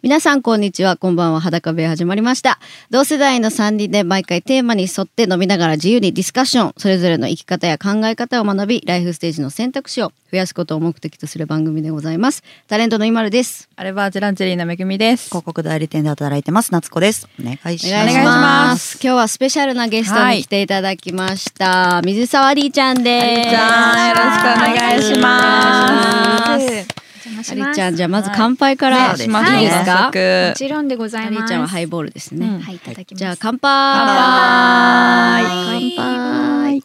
皆さんこんにちは、こんばんは。裸部屋始まりました。同世代の3人で毎回テーマに沿って飲みながら自由にディスカッション、それぞれの生き方や考え方を学び、ライフステージの選択肢を増やすことを目的とする番組でございます。タレントの今るです。 アルバーチランチェリーのめぐみです。 広告代理店で働いてます夏子です。お願いします。 お願いします。今日はスペシャルなゲストに来ていただきました、水沢りーちゃんです。 りーちゃん、よろしくお願いします。 りーちゃん、じゃあまず乾杯からします。いいですか？ もちろんでございます。 りーちゃんはハイボールですね。 はい、いただきます。 じゃあ乾杯。 乾杯。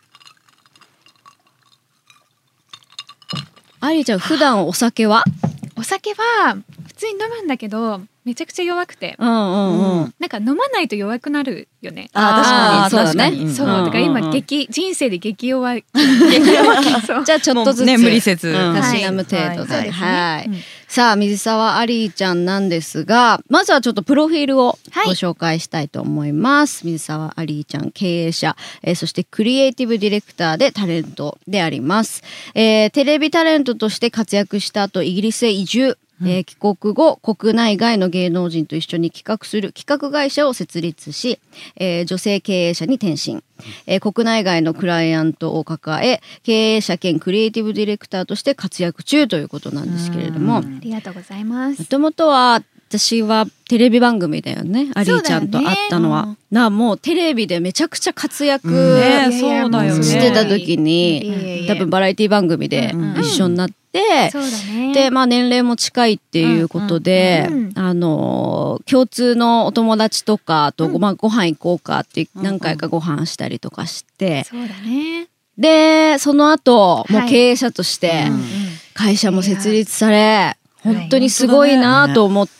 ありーちゃん、普段お酒は？ お酒は普通に飲むんだけど、めちゃくちゃ弱くて、なんか飲まないと弱くなるよね。 確かにそうだね。 そうだから今人生で激弱い。 じゃあちょっとずつ無理せずたしなむ程度で、はい。さあ水沢ありーちゃんなんですが、まずはちょっとプロフィールをご紹介したいと思います。水沢ありーちゃん、経営者、そしてクリエイティブディレクターでタレントであります。テレビタレントとして活躍した後、イギリスへ移住。帰国後、国内外の芸能人と一緒に企画する企画会社を設立し、女性経営者に転身、国内外のクライアントを抱え、経営者兼クリエイティブディレクターとして活躍中ということなんですけれども、ありがとうございます。 もともとは私はテレビ番組だよね、アリーちゃんと会ったのは。もうテレビでめちゃくちゃ活躍してた時に、多分バラエティ番組で一緒になって、で、年齢も近いっていうことで、共通のお友達とかと、ご飯行こうかって何回かご飯したりとかして、でその後もう経営者として会社も設立され、本当にすごいなと思って、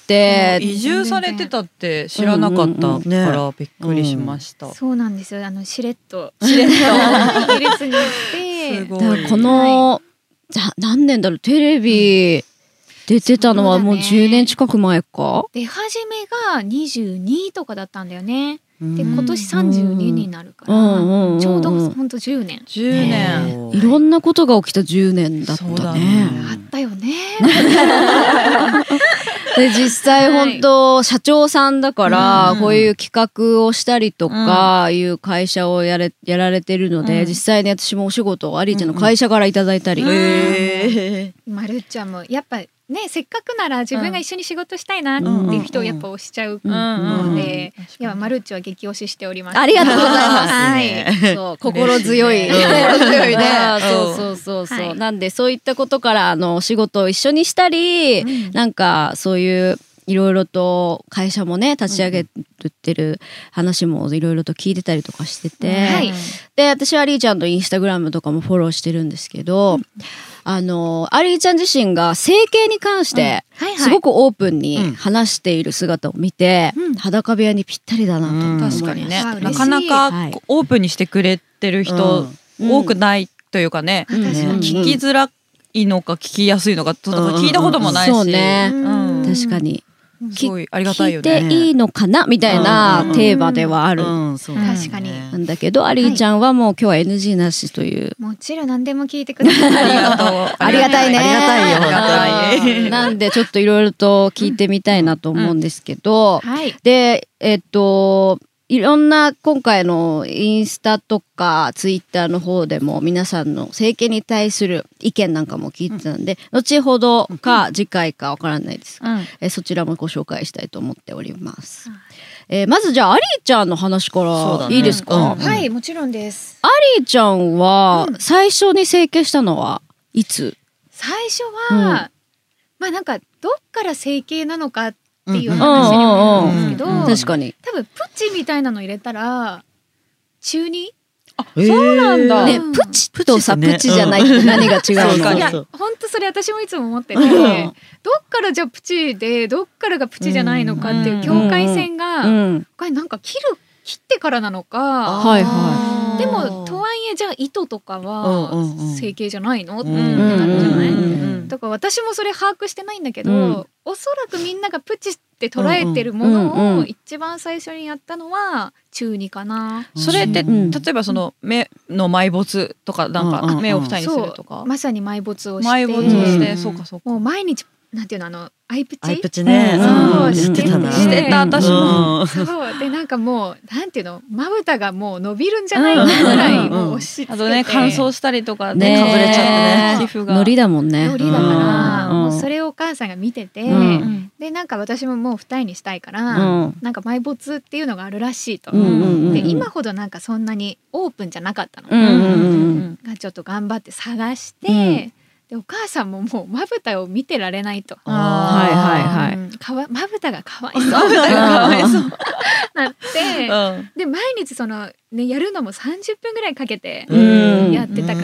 移住されてたって知らなかったからびっくりしました。 そうなんですよ。しれっとイギリスに行って、 だからこの何年だろう、テレビ出てたのはもう10年近く前か。 出始めが22とかだったんだよね。で今年32になるから、ちょうど本当10年。 いろんなことが起きた10年だったね。 あったよね。 で実際本当社長さんだから、こういう企画をしたりとかいう会社をやられてるので、実際に私もお仕事をアリーちゃんの会社からいただいたり、 まるっちゃんもやっぱね、せっかくなら自分が一緒に仕事したいなっていう人をやっぱ推しちゃうので、いやまるっちは激推ししております。 ありがとうございます。はい、そう心強い、心強いね。そうなんでそういったことからお仕事を一緒にしたり、なんかそういういろいろと会社もね立ち上げてる話もいろいろと聞いてたりとかしてて、で私はアリーちゃんのインスタグラムとかもフォローしてるんですけど、アリーちゃん自身が整形に関してすごくオープンに話している姿を見て、裸部屋にぴったりだなと思いました。 確かにね、なかなかオープンにしてくれてる人多くないというかね、聞きづらいのか聞きやすいのか聞いたこともないし、 そうね、確かにすごいありがたいよね。 聞いていいのかなみたいなテーマではある。 確かに。 なんだけどアリーちゃんはもう今日は NG なしという。 もちろん何でも聞いてください。 ありがとう。 ありがたいね。 ありがたいよ。 なんでちょっといろいろと聞いてみたいなと思うんですけど、でいろんな今回のインスタとかツイッターの方でも皆さんの整形に対する意見なんかも聞いてたんで、後ほどか次回かわからないですが、そちらもご紹介したいと思っております。まずじゃあアリーちゃんの話からいいですか？ はい、もちろんです。 アリーちゃんは最初に整形したのはいつ？ 最初は、なんかどっから整形なのかっていう話にもなるんですけど、 確かに多分プチみたいなの入れたら中2？ そうなんだね。プチとさプチじゃないって何が違うの？ いや本当それ私もいつも思ってて、どっからじゃあプチでどっからがプチじゃないのかっていう境界線がこれなんか切ってからなのか、でもとはいえじゃあ糸とかは整形じゃないのってなるじゃない。だから私もそれ把握してないんだけど、おそらくみんながプチって捉えてるものを一番最初にやったのは中2かな。 それって例えばその目の埋没とかなんか目を二重にするとか、 まさに埋没をして、そうかそうか、 もう毎日なんていうのアイプチアイプチね、 そうしてたな。 してた私も。 そうでなんかもうなんていうのまぶたがもう伸びるんじゃないかぐらいもう押し付けて、 あとね乾燥したりとかねかぶれちゃってね皮膚がノリだもんね。 ノリだからうんもうそれをお母さんが見てて、でなんか私ももう二重にしたいから、なんか埋没っていうのがあるらしいと、で今ほどなんかそんなにオープンじゃなかったの、がちょっと頑張って探して、でお母さんももうまぶたを見てられないと、 はいはいはい。 まぶたがかわいそうなって、で毎日そのねやるのも30分ぐらいかけてやってたから、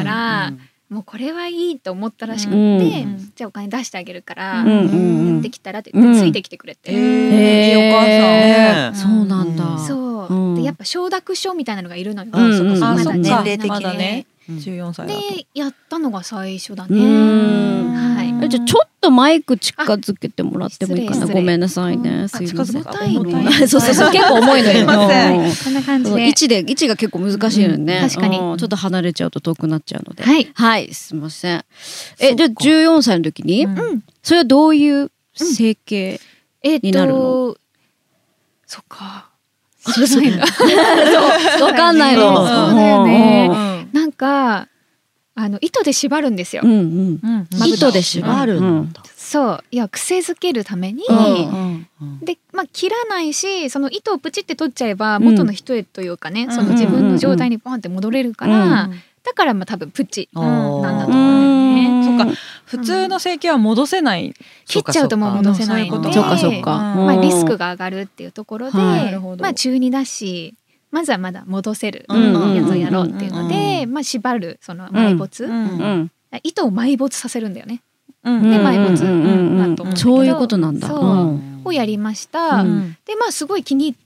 もうこれはいいと思ったらしくて、じゃあお金出してあげるからやってきたらって言ってついてきてくれて、 いいお母さん。 そうなんだ。 そうでやっぱ承諾書みたいなのがいるのよ。 あ、そっか。 年齢的にまだね。14歳だと。 でやったのが最初だね。はい。 じゃあちょっとマイク近づけてもらってもいいかな。ごめんなさいね。すいません。 重たいの。 そうそうそう、結構重いのよ。 こんな感じで。 位置が結構難しいのね。 確かに。ちょっと離れちゃうと遠くなっちゃうので。 はい。 はい、すみません。じゃあ14歳の時に、それはどういう整形になるの？ そっか。知らないんだ。 わかんないの。 そうだよね。なんか糸で縛るんですよ。 糸で縛るんだ。 そういや癖づけるために、でまあ切らないし、その糸をプチって取っちゃえば元の人へというかね、その自分の状態にポンって戻れるから、だからまあ多分プチなんだと思うんだよね。 そっか、普通の整形は戻せない。 切っちゃうともう戻せないので、 そっかそっか。 まあリスクが上がるっていうところで、まあ中2だし。まずはまだ戻せるやつをやろうっていうので、まあ縛るその埋没、糸を埋没させるんだよね。で埋没だと思うんだけど、 そういうことなんだ。 そうをやりました。でまあすごい気に入って。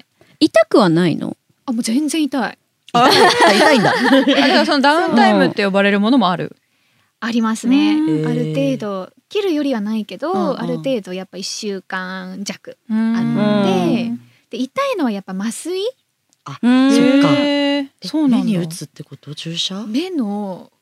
痛くはないの？ あもう全然痛い。 痛いんだ。 だからそのダウンタイムって呼ばれるものもある。 ありますね。ある程度切るよりはないけど、ある程度やっぱ1週間弱あって、で痛いのはやっぱ麻酔。 あ、そっか。 そうなんだ。 目に打つってこと？注射？ 目の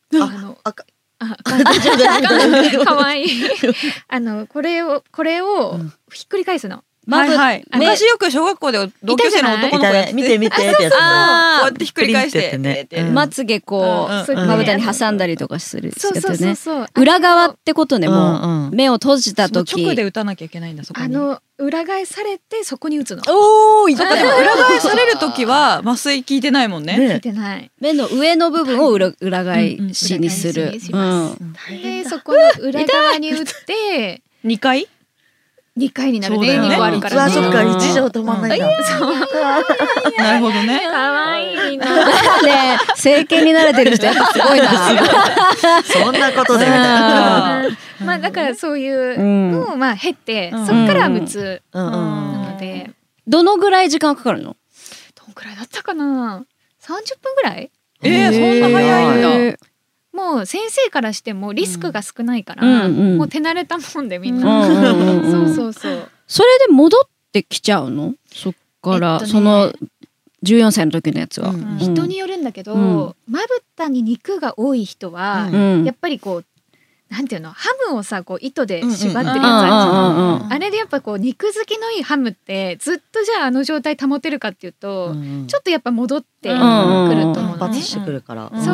かわいいこれをひっくり返すの。 昔よく小学校で同級生の男の子や見て見てってやつ。こうやってひっくり返してまつげこうまぶたに挟んだりとかするやつね。 裏側ってことね。もう目を閉じた時直で打たなきゃいけないんだ。そこに裏返されてそこに打つの。 おお、痛い。裏返される時は麻酔効いてないもんね。 効いてない。 目の上の部分を裏返しにする。 でそこの裏側に打って 2回 2回になるね。2個あるから。 うわそっか、一生止まんないんだ。 なるほどね。 可愛いな。 ね、整形に慣れてる人やっぱすごいな。 そんなことでみたいな。 まあだからそういうのをまあ経ってそっから打つなので。 どのぐらい時間かかるの？ どのぐらいだったかな。30分ぐらい？ そんな早いんだ。 もう先生からしてもリスクが少ないから、もう手慣れたもんでみんな。そう。 それで戻ってきちゃうの？そっからその14歳の時のやつは。 人によるんだけど、まぶたに肉が多い人はやっぱりこうなんていうの、ハムをさこう糸で縛ってるやつあるじゃん。あれでやっぱこう肉付きのいいハムってずっとじゃあ状態保てるかっていうと、ちょっとやっぱ戻ってくると思うのね。 発してくるから。 そう。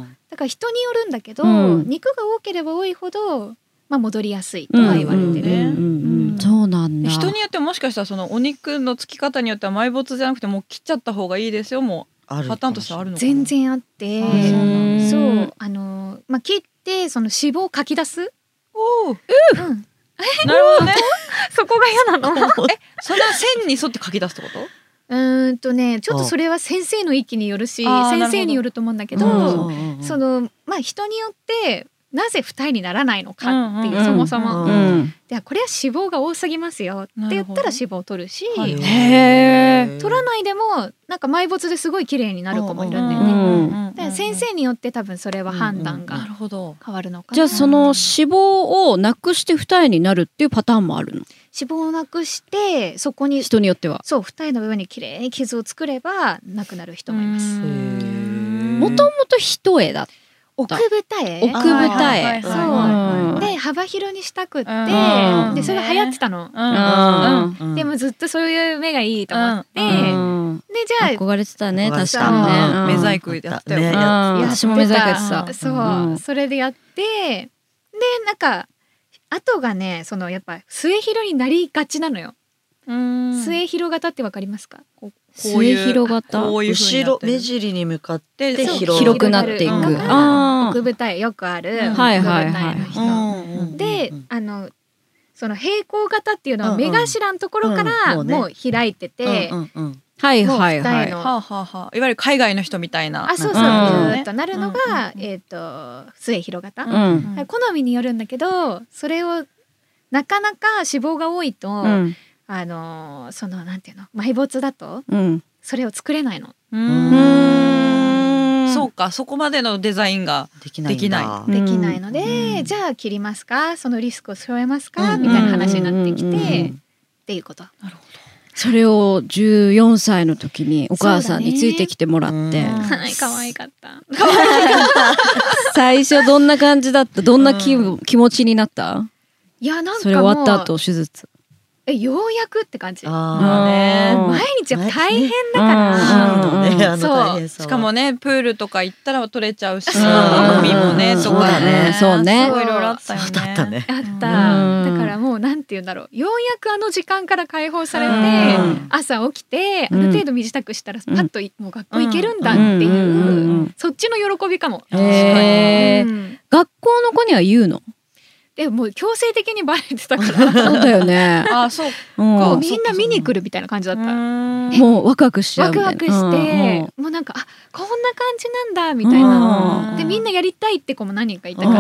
だから人によるんだけど、肉が多ければ多いほど、まあ、戻りやすいとは言われてる。 そうなんだ。 人によってもしかしたらそのお肉のつき方によっては埋没じゃなくてもう切っちゃった方がいいですよもうパターンとしてあるのかな。 全然あって、そうまあ切ってその脂肪をかき出す。 おお、なるほどね。 そこが嫌なの。 その線に沿ってかき出すってこと？ ちょっとそれは先生の意見によるし、先生によると思うんだけど、そのまあ人によってなぜ二重にならないのかっていう、そもそも、でこれは脂肪が多すぎますよって言ったら脂肪を取るし、取らないでもなんか埋没ですごい綺麗になる子もいるんだよね。で先生によって多分それは判断が変わるのかな。 じゃあその脂肪をなくして二重になるっていうパターンもあるの？ 脂肪をなくしてそこに人によってはそう二重の部分に綺麗に傷を作ればなくなる人もいます。 もともと一重だった。 奥二重。 奥二重。 そう。で幅広にしたくって、でそれが流行ってたの。でもずっとそういう目がいいと思って、でじゃあ憧れてたね、確かにね。 目細工やったよ。 私も目細工やってた。 そう、それでやって、でなんか後がね、そのやっぱ末広になりがちなのよ。末広型ってわかりますか？ 末広型。 後ろ目尻に向かって広くなっていく。 奥二重よくある奥二重の人で、その平行型っていうのは目頭のところからもう開いてて、 はいはいはい。 いわゆる海外の人みたいな。 あ、そうそう、ずっとなるのが末広型。好みによるんだけど、それをなかなか脂肪が多いと、そのなんていうの、埋没だとそれを作れないの。 そうか、そこまでのデザインができないので、じゃあ切りますか、そのリスクを背負えますかみたいな話になってきてっていうこと。なるほど。 それを14歳の時にお母さんについてきてもらって、 はい、可愛かった。 最初どんな感じだった？どんな気持ちになった？ いや、なんかそれ終わった後手術。 ようやくって感じ。 毎日は大変だから。 そう。しかもね、プールとか行ったら取れちゃうし、海もねとかね。 そうね。 いろいろあったよね。 あった。だからもうなんて言うんだろう。ようやくあの時間から解放されて、朝起きてある程度身支度したらパッともう学校行けるんだっていう、そっちの喜びかも。 学校の子には言うの？ でもう強制的にバレてたから。 そうだよね。 あ、そう。 みんな見に来るみたいな感じだった。 もうワクワクしちゃうみたいな。 ワクワクして、もうなんかこんな感じなんだみたいな。でみんなやりたいって子も何人かいたから、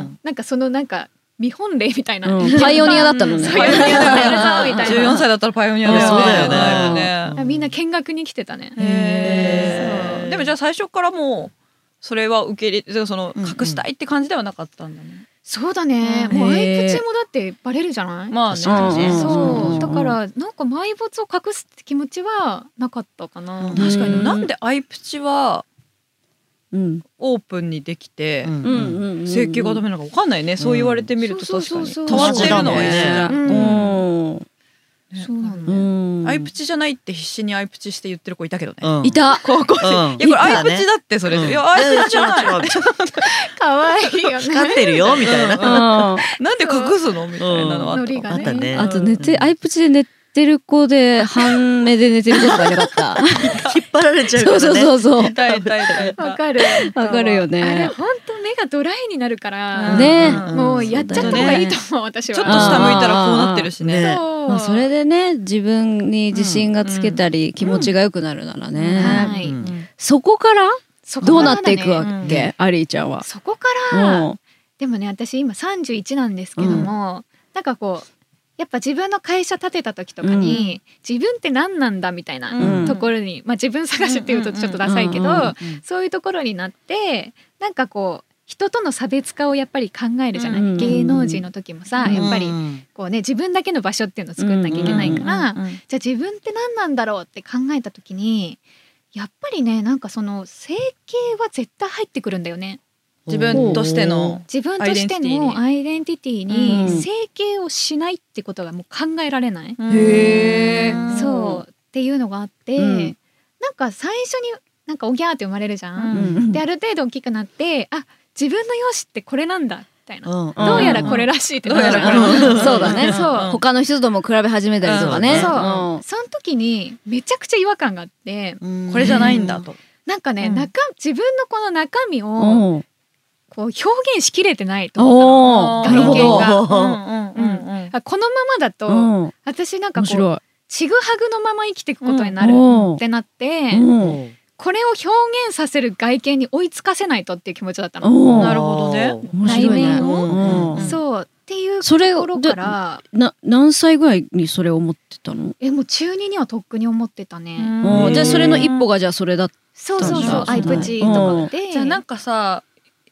なんかそのなんか見本例みたいな。 パイオニアだったのね。 パイオニアだったみたいな。 14歳だったらパイオニアだよね。 そうだよね。 みんな見学に来てたね。 でもじゃあ最初からもうそれは受け入れ、その隠したいって感じではなかったんだね。 そうだね。もうアイプチもだってバレるじゃない？ まあね。 そうだからなんか埋没を隠すって気持ちはなかったかな。 確かに。なんでアイプチはオープンにできて整形がダメなのか分かんないね。そう言われてみると確かに変わってるのはね。そうなの。アイプチじゃないって必死にアイプチして言ってる子いたけどね。 いた。 高校生。いやこれアイプチだってそれ。いやアイプチじゃない。 可愛いよね。 光ってるよみたいな。 なんで隠すのみたいなのあったね。 あとアイプチで寝てる子で半目で寝てる子とかいなかった。 引っ張られちゃうからね。 そう。 痛い。 わかるよね。あれ本当目がドライになるからね。もうやっちゃった方がいいと思う私は。 ちょっと下向いたらこうなってるしね。 まあそれでね自分に自信がつけたり気持ちが良くなるならね。そこからどうなっていくわけ？アリーちゃんは。 そこからでもね、私今31なんですけども、なんかこうやっぱ自分の会社建てた時とかに、自分って何なんだみたいなところに、まあ自分探しっていうとちょっとダサいけど、そういうところになってなんかこう人との差別化をやっぱり考えるじゃない、芸能人の時もさ、やっぱりこうね自分だけの場所っていうのを作んなきゃいけないから、じゃあ自分って何なんだろうって考えた時にやっぱりね、なんかその整形は絶対入ってくるんだよね。 自分としてのアイデンティティに整形をしないってことがもう考えられない。そうっていうのがあって、なんか最初になんかおぎゃーって生まれるじゃん。である程度大きくなって、あ、自分の容姿ってこれなんだみたいな、どうやらこれらしいってなる。 そうだね。他の人とも比べ始めたりとかね。 その時にめちゃくちゃ違和感があって、 これじゃないんだと。なんかね、 自分のこの中身をこう表現しきれてないと思ったの。外見がこのままだと私なんかこうちぐはぐのまま生きていくことになるってなって、これを表現させる外見に追いつかせないとっていう気持ちだったの。 なるほどね。 内面をそうっていうところから何歳ぐらいにそれを思ってたの？ もう中2にはとっくに思ってたね。 じゃあそれの一歩がじゃあそれだったんだ。 そうアイプチとかで。 じゃあなんかさ、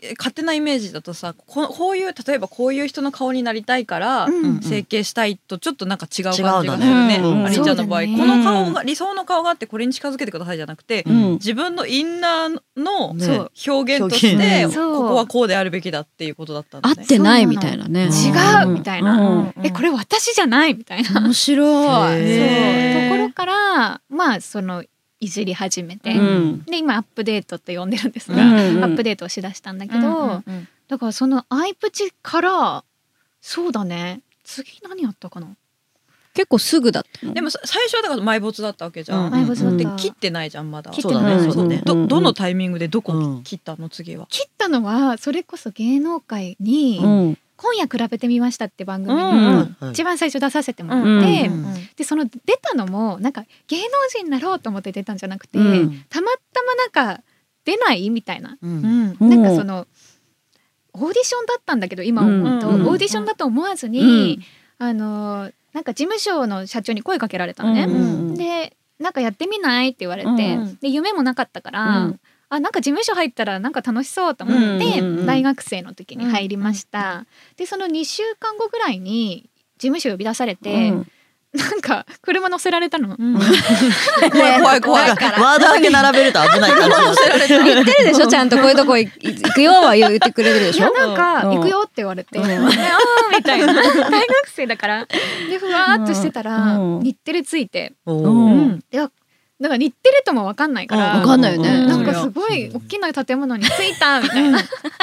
勝手なイメージだとさ、こういう例えばこういう人の顔になりたいから整形したいとちょっとなんか違う感じがするね。アリーちゃんの場合、この顔が理想の顔があってこれに近づけてくださいじゃなくて、自分のインナーの表現としてここはこうであるべきだっていうことだったんだね。 合ってないみたいなね。 違うみたいな。これ私じゃないみたいな。 面白い。ところからまあそのいじり始めて、で今アップデートって呼んでるんですが、アップデートをしだしたんだけど、だからそのアイプチからそうだね、次何やったかな。 結構すぐだったの。 でも最初はだから埋没だったわけじゃん。 埋没だった。 で切ってないじゃんまだ。 切ってない。 どのタイミングでどこ切ったの次は。 切ったのはそれこそ芸能界に今夜比べてみましたって番組に一番最初出させてもらって、でその出たのもなんか芸能人になろうと思って出たんじゃなくて、たまたまなんか出ないみたいな、なんかそのオーディションだったんだけど今思うと、オーディションだと思わずになんか事務所の社長に声かけられたのね。でなんかやってみないって言われて、で夢もなかったから。なんか事務所入ったらなんか楽しそうと思って大学生の時に入りました。でその2週間後ぐらいに事務所呼び出されて、なんか車乗せられたの。 怖い怖い。 ワードだけ並べると危ないから言ってるでしょ、ちゃんとこういうとこ行くよは言ってくれるでしょ。 なんか行くよって言われて、あーみたいな、大学生だからでふわーっとしてたら日テレついて、だから日テレとも分かんないから分かんないよね。 なんかすごい大きな建物に着いたみたいな。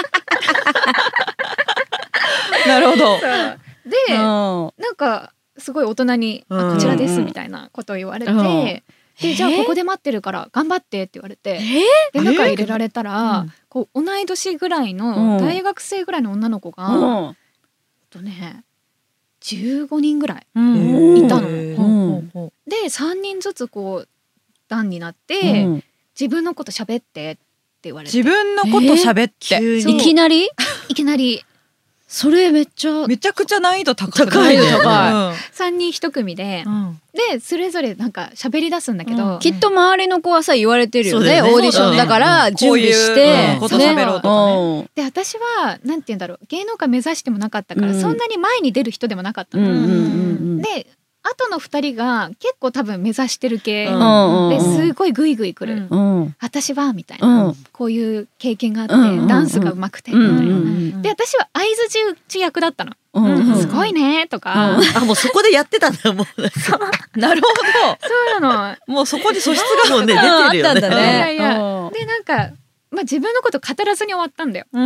なるほど。 でなんかすごい大人にこちらですみたいなことを言われて、でじゃあここで待ってるから頑張ってって言われて、で中入れられたらこう同い年ぐらいの大学生ぐらいの女の子が15人ぐらいいたの。で3人ずつこう段になって、自分のこと喋ってって言われて、 自分のこと喋っていきなりそれめちゃくちゃ難易度高いね。 3人1組で、でそれぞれなんか喋り出すんだけど、 きっと周りの子はさ言われてるよね。オーディションだから準備してこと喋ろうとかね。 で私はなんて言うんだろう、芸能界目指してもなかったから、そんなに前に出る人でもなかったの。で後の2人が結構多分目指してる系ですごいグイグイ来る、私はみたいな、こういう経験があって、ダンスが上手くてみたいな、で私は相づち役だったの、すごいねとか、 もうそこでやってたんだもう。 なるほど、 そうなの、 もうそこに素質がもうね出てるよね。 いやでなんかまあ自分のこと語らずに終わったんだよ。 じ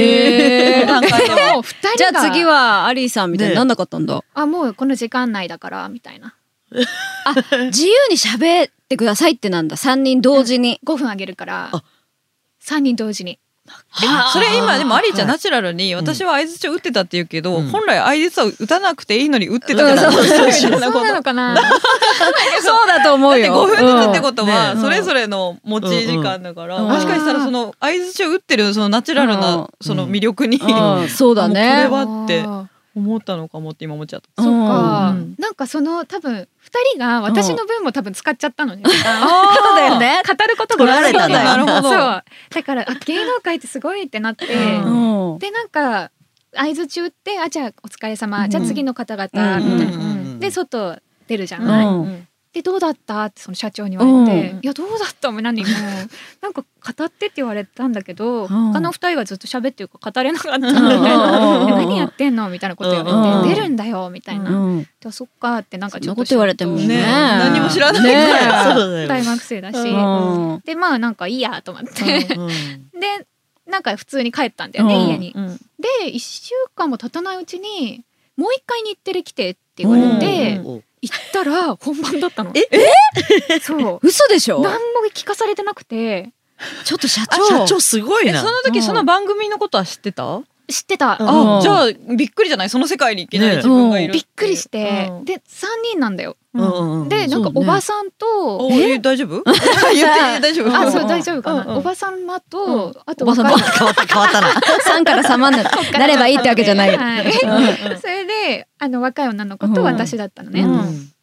ゃあ次はアリーさんみたいになんなかったんだ。 もうこの時間内だからみたいな。 自由に喋ってくださいってなんだ。3人同時に 5分あげるから3人同時に。 それ今でもアリーちゃんナチュラルに私は相槌を打ってたって言うけど、本来相槌は打たなくていいのに打ってたから、 そうなのかな。 そうだと思うよ。 5分ずつってことはそれぞれの持ち時間だから、もしかしたらその相槌を打ってるそのナチュラルなその魅力にそうだね、 これはって思ったのかもって今思っちゃった。 そっか、なんかその多分2人が私の分も多分使っちゃったのね。そうだよね。 語ることがあるんだ。 なるほど。 そうだから芸能界ってすごいってなって、でなんか相づち打って、じゃあお疲れ様、じゃあ次の方々みたいな、で外出るじゃない。でどうだったってその社長に言われて、いやどうだったも何もなんか語ってって言われたんだけど、他の2人がずっと喋ってるから語れなかったみたいな、何やってんのみたいなこと言われて、出るんだよみたいな、でそっかってなんかちょっと言われてもね、 何も知らないから大学生だし、でまあなんかいいやと思ってでなんか普通に帰ったんだよね、家に。で1週間も経たないうちにもう一回日テレ来てって言われて行ったら本番だったの。そう嘘でしょ。 何も聞かされてなくて、 ちょっと社長すごいな。 その時その番組のことは知ってた？ 知ってた。 じゃあびっくりじゃない、その世界に行けない自分がいる。 びっくりして、で3人なんだよ。でなんかおばさんと大丈夫？言って大丈夫？ そう大丈夫かな。おばさんとあとおばさん変わったな。 3から3万になればいいってわけじゃない。 それで若い女の子と私だったのね。で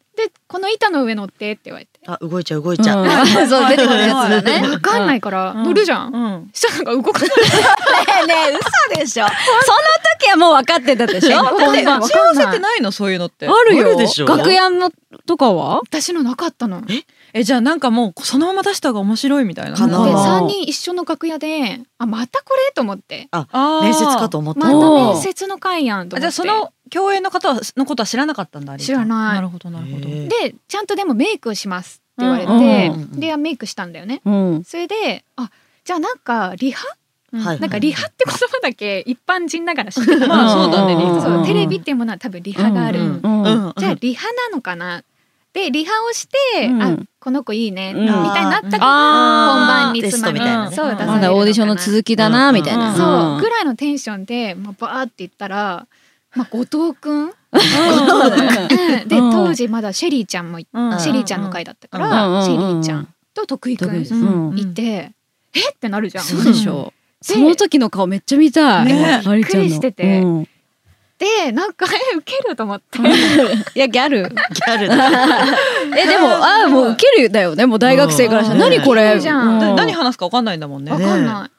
この板の上乗ってって言われて。 あ、動いちゃう動いちゃう。 そう出てくるやつだね。 わかんないから乗るじゃん。したらなんか動かない。 ねえねえ嘘でしょ。その時はもう分かってたでしょ。 打ち合わせってないのそういうのって。 あるよ。楽屋のとかは？ 私のなかったの。 じゃあなんかもうそのまま出した方が面白いみたいな。 で3人一緒の楽屋で、あまたこれと思って。 面接かと思った。 また面接の会やんと思って。 じゃあその共演の方のことは知らなかったんだ。 知らない。 なるほどなるほど。 でちゃんとでもメイクをしますって言われて、でメイクしたんだよね。それでじゃあなんかリハ？なんかリハって言葉だけ一般人ながら知ってる。 まあそうだね。リハ。 そうテレビっていうものは多分リハがある。じゃあリハなのかな。でリハをして、この子いいねみたいになったから本番につまみたいな、そうまだオーディションの続きだなみたいな、 そうぐらいのテンションでバーって言ったら、後藤くんで当時まだシェリーちゃんもシェリーちゃんの回だったからシェリーちゃんと徳井くんいて、ってなるじゃん。 そうでしょ。その時の顔めっちゃ見たい。 びっくりしてて。でなんかウケると思って。 いやギャルでももうウケるだよね。もう大学生からしたら何これじゃん。 何話すか分かんないんだもんね。 分かんない。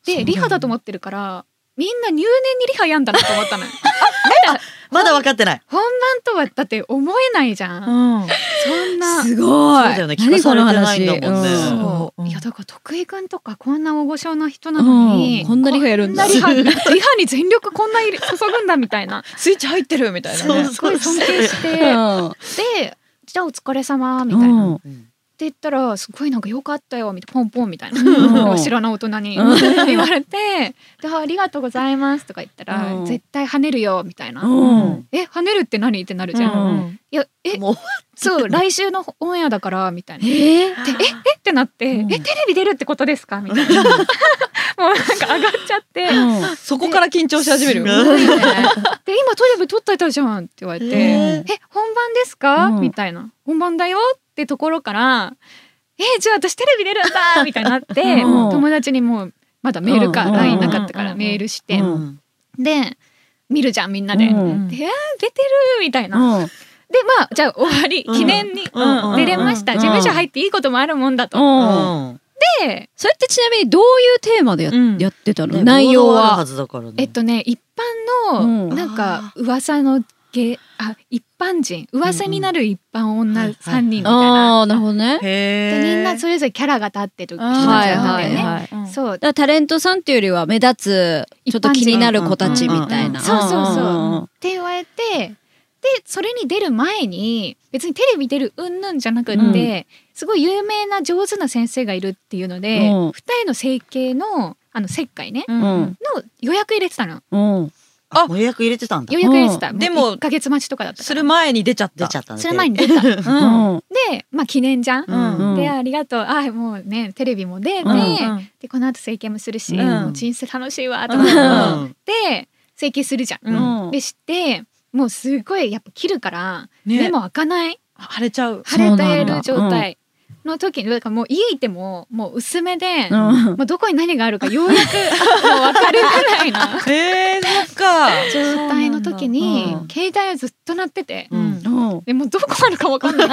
でリハだと思ってるからみんな入念にリハやんだなと思ったのよ。 まだ分かってない。 本番とはだって思えないじゃん。そんなすごい。 そうだよね。聞かされてないんだもんね。 いやだから徳井くんとかこんな大御所の人なのにこんなリハやるんだ。 リハに全力こんな注ぐんだみたいな。 スイッチ入ってるみたいなね。 すごい尊敬してでじゃあお疲れ様みたいな。って言ったらすごいなんか良かったよみたいなポンポンみたいな知らない大人に言われてでありがとうございますとか言ったら絶対跳ねるよみたいな跳ねるって何ってなるじゃん。いやそう来週のオンエアだからみたいなってなってテレビ出るってことですかみたいなもうなんか上がっちゃってそこから緊張し始める。で今テレビ撮ってたじゃんって言われて本番ですかみたいな本番だよってところからじゃあ私テレビ出るんだみたいになって友達にもうまだメールか LINE なかったからメールしてで見るじゃんみんなでで出てるみたいなでじゃあ終わり記念に出れました事務所入っていいこともあるもんだとでそれってちなみにどういうテーマでやってたの内容は。 一般のなんか噂の一般人噂になる一般女3人みたいな。 なるほどね。 でみんなそれぞれキャラが立ってる人たちなんだよね。そうだからタレントさんっていうよりは目立つちょっと気になる子たちみたいな。 そうって言われてでそれに出る前に別にテレビ出るうんぬんじゃなくってすごい有名な上手な先生がいるっていうので二重の整形の切開ねの予約入れてたの。 予約入れてたんだ。 予約入れてた。 でも 1ヶ月待ちとかだった。 する前に出ちゃった。 する前に出た。で記念じゃん。でありがとう。もうねテレビも出てでこの後整形もするしもう人生楽しいわと思って整形するじゃん。でしてもうすごいやっぱ切るから目も開かない腫れちゃう腫れてる状態の時にだからもう家いてももう薄めでもうどこに何があるかようやくもう分かるぐらいなそっか状態の時に携帯はずっと鳴っててでもうどこあるか分かんない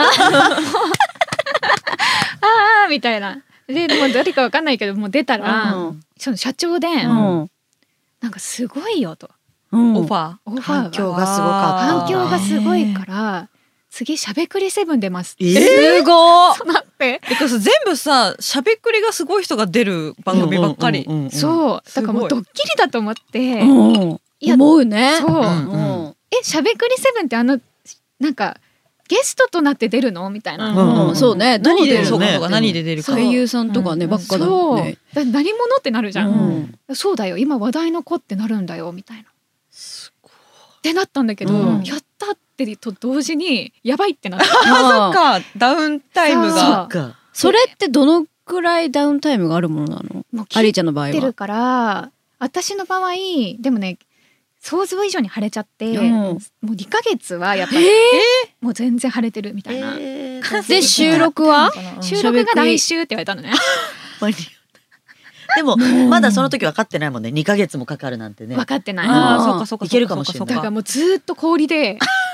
みたいなでもう誰か分かんないけどもう出たらその社長でなんかすごいよと。 オファー反響がすごかった。 反響がすごいから次しゃべくり7出ますってすごーなって全部さしゃべくりがすごい人が出る番組ばっかり。 そうだからもうドッキリだと思って思うね。 そうしゃべくり7ってなんかゲストとなって出るのみたいな。 そうね。 何で何で出るか。 俳優さんとかねばっかだもんね。 何者ってなるじゃん。そうだよ今話題の子ってなるんだよみたいな。ってなったんだけどやったってと同時にやばいってなった。 そっかダウンタイムが。 それってどのくらいダウンタイムがあるものなの？アリーちゃんの場合は。 切ってるから私の場合でもね想像以上に腫れちゃってもう2ヶ月はやっぱりもう全然腫れてるみたいな。 で収録が来週って言われたのね。 でもまだその時分かってないもんね。2ヶ月もかかるなんてね。 分かってない。 そうかいけるかもしれない。 だからもうずっと氷で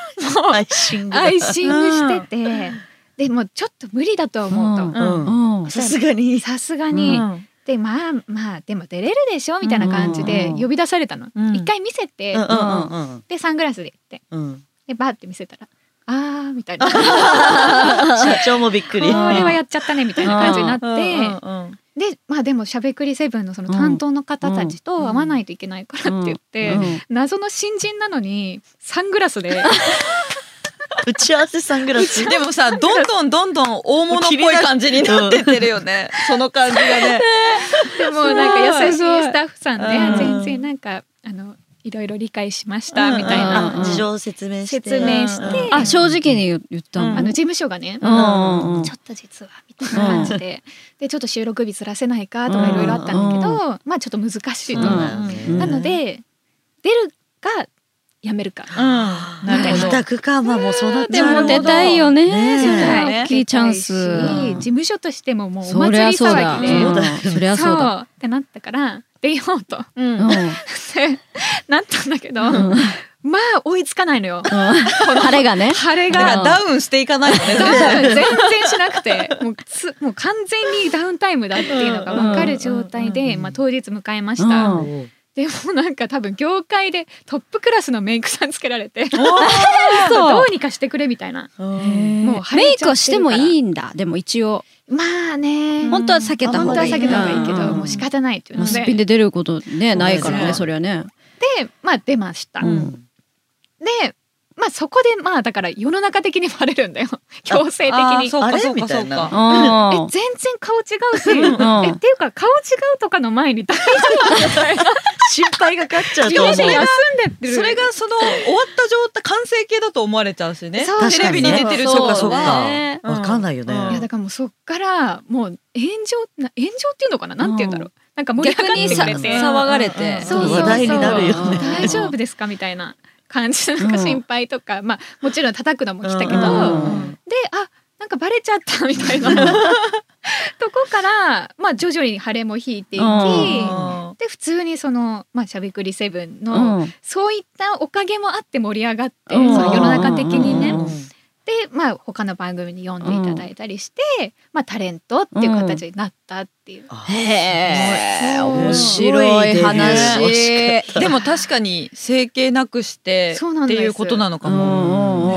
アイシングしてて、でもちょっと無理だと思うと、 さすがにでまあでも出れるでしょみたいな感じで呼び出されたの。一回見せて、でサングラスで言って、でバーって見せたらみたいな社長もびっくり、 これはやっちゃったねみたいな感じになって、ででもしゃべくり7のその担当の方たちと会わないといけないからって言って、謎の新人なのにサングラスで打ち合わせサングラスでもさ、どんどん大物っぽい感じになってってるよね、その感じがね。 でもなんか優しいスタッフさんで、全然なんかいろいろ理解しましたみたいな事情を説明して、 正直に言ったの。 事務所がね、ちょっと実はみたいな感じで、でちょっと収録日ずらせないかとかいろいろあったんだけど、まあちょっと難しいと。なので出るかやめるか。 二択か、まあもうそうなっちゃう。 でも出たいよね。 大きいチャンス。事務所としてももうお祭り騒ぎで、 そりゃそうだってなったから出ようとなったんだけど、まあ追いつかないのよ。 晴れがダウンしていかないよね。 全然しなくて、もう完全にダウンタイムだっていうのが分かる状態で、まあ当日迎えました。でもなんか多分業界でトップクラスのメイクさんつけられてどうにかしてくれみたいな。もうメイクはしてもいいんだ。でも一応まあね、 本当は避けた方がいい。 いいけど、もう仕方ないっていうので、 すっぴんで出ることねないからね、それはね。 でまあ出ました。でまあそこでまあだから世の中的にバレるんだよ、強制的に。 あれみたいな。 全然顔違うし、っていうか顔違うとかの前に大丈夫みたいな心配がかかっちゃうと思う。 休んでってる。 それがその終わった状態、完成形だと思われちゃうしね。テレビに出てる人はわかんないよね。 いやだからもうそっからもう炎上っていうのかな、なんていうんだろう。なんか盛り上がってくれて騒がれて話題になるよね。 大丈夫ですかみたいな感じで、なんか心配とか、まあもちろん叩くのも来たけど、でなんかバレちゃったみたいなとこから、まあ徐々に晴れも引いていき、で普通にそのまあしゃべくり7のそういったおかげもあって盛り上がって、その世の中的にね。でまあ他の番組に呼んでいただいたりして、まあタレントっていう形になったっていう。 へー、面白い話。 でも確かに整形なくしてっていうことなのかも。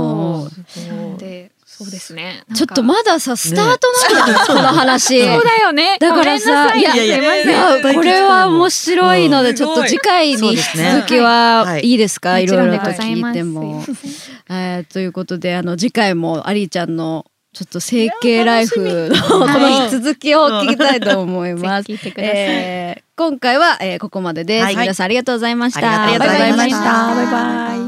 そうですね。 ちょっとまださスタートなんだこの話。 そうだよね。 だからさ、いやこれは面白いので、ちょっと次回に続きはいいですか、いろいろと聞いても。ということで次回もアリーちゃんのちょっと整形ライフのこの続きを聞きたいと思います。 聞いてください。 今回はここまでです。皆さんありがとうございました。 ありがとうございました。 バイバイ。